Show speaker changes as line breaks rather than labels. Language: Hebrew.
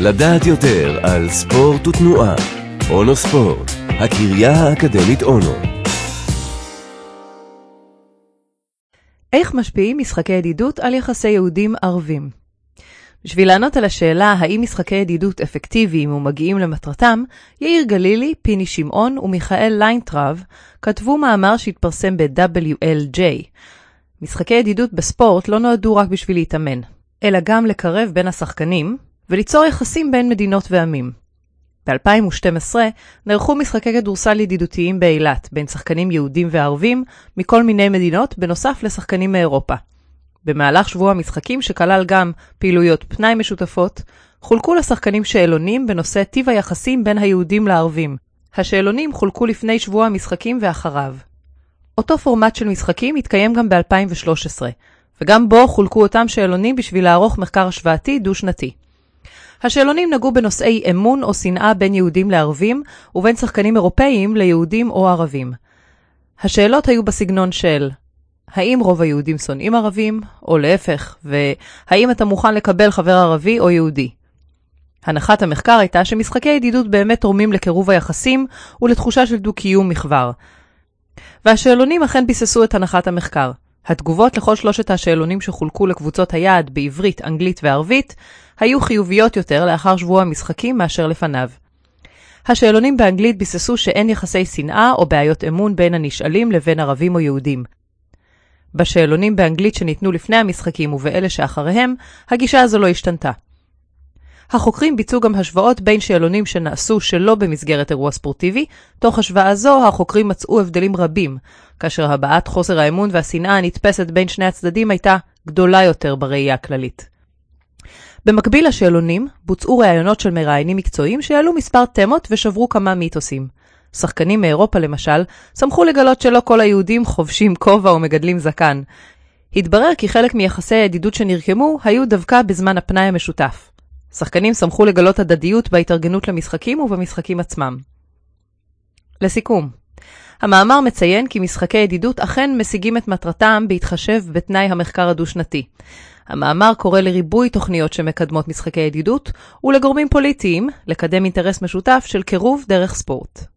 לדעת יותר על ספורט ותנועה. אונו ספורט, הקריה האקדמית אונו.
איך משפיעים משחקי ידידות על יחסי יהודים ערבים? בשביל לענות על השאלה האם משחקי ידידות אפקטיביים ומגיעים למטרתם, יאיר גלילי, פיני שמעון ומיכאל ליינטרב כתבו מאמר שהתפרסם ב-WLJ. משחקי ידידות בספורט לא נועדו רק בשביל להתאמן, אלא גם לקרב בין השחקנים וליצור יחסים בין מדינות ועמים. ב-2012 נערכו משחקי כדורסל ידידותיים באילת בין שחקנים יהודים וערבים מכל מיני מדינות בנוסף לשחקנים מאירופה. במהלך שבוע המשחקים שכלל גם פעילויות פנאי משותפות, חולקו לשחקנים שאלונים בנושא טיב היחסים בין היהודים לערבים. השאלונים חולקו לפני שבוע המשחקים ואחריו. אותו פורמט של משחקים התקיים גם ב-2013, וגם בו חולקו אותם שאלונים בשביל לערוך מחקר השוואתי דו-שנתי. השאלונים נגעו בנושאי אמון או שנאה בין יהודים לערבים, ובין שחקנים אירופאיים ליהודים או ערבים. השאלות היו בסגנון של האם רוב היהודים שונאים ערבים, או להפך, והאם אתה מוכן לקבל חבר ערבי או יהודי? הנחת המחקר הייתה שמשחקי ידידות באמת תורמים לקירוב היחסים ולתחושה של דו-קיום מחבר. והשאלונים אכן ביססו את הנחת המחקר. התגובות לכל שלושת השאלונים שחולקו לקבוצות היעד בעברית, אנגלית וערבית היו חיוביות יותר לאחר שבוע המשחקים מאשר לפניו. השאלונים באנגלית ביססו שאין יחסי שנאה או בעיות אמון בין הנשאלים לבין ערבים או יהודים. בשאלונים באנגלית שניתנו לפני המשחקים ובאלה שאחריהם, הגישה הזו לא השתנתה. החוקרים ביצעו גם השוואות בין שאלונים שנעשו שלא במסגרת אירוע ספורטיבי. תוך השוואה זו, החוקרים מצאו הבדלים רבים, כאשר הבעת חוסר האמון והשנאה הנתפסת בין שני הצדדים הייתה גדולה יותר בראייה הכללית. במקביל לשאלונים, בוצעו ראיונות של מראיינים מקצועיים שהעלו מספר תמות ושברו כמה מיתוסים. שחקנים מאירופה למשל, שמחו לגלות שלא כל היהודים חובשים כובע או מגדלים זקן. התברר כי חלק מיחסי הידידות שנרקמו היו דווקא בזמן הפנאי המשותף. שחקנים שמחו לגלות הדדיות בהתארגנות למשחקים ובמשחקים עצמם. לסיכום, המאמר מציין כי משחקי ידידות אכן משיגים את מטרתם בהתחשב בתנאי המחקר הדו-שנתי. המאמר קורא לריבוי תוכניות שמקדמות משחקי ידידות ולגורמים פוליטיים לקדם אינטרס משותף של קירוב דרך ספורט.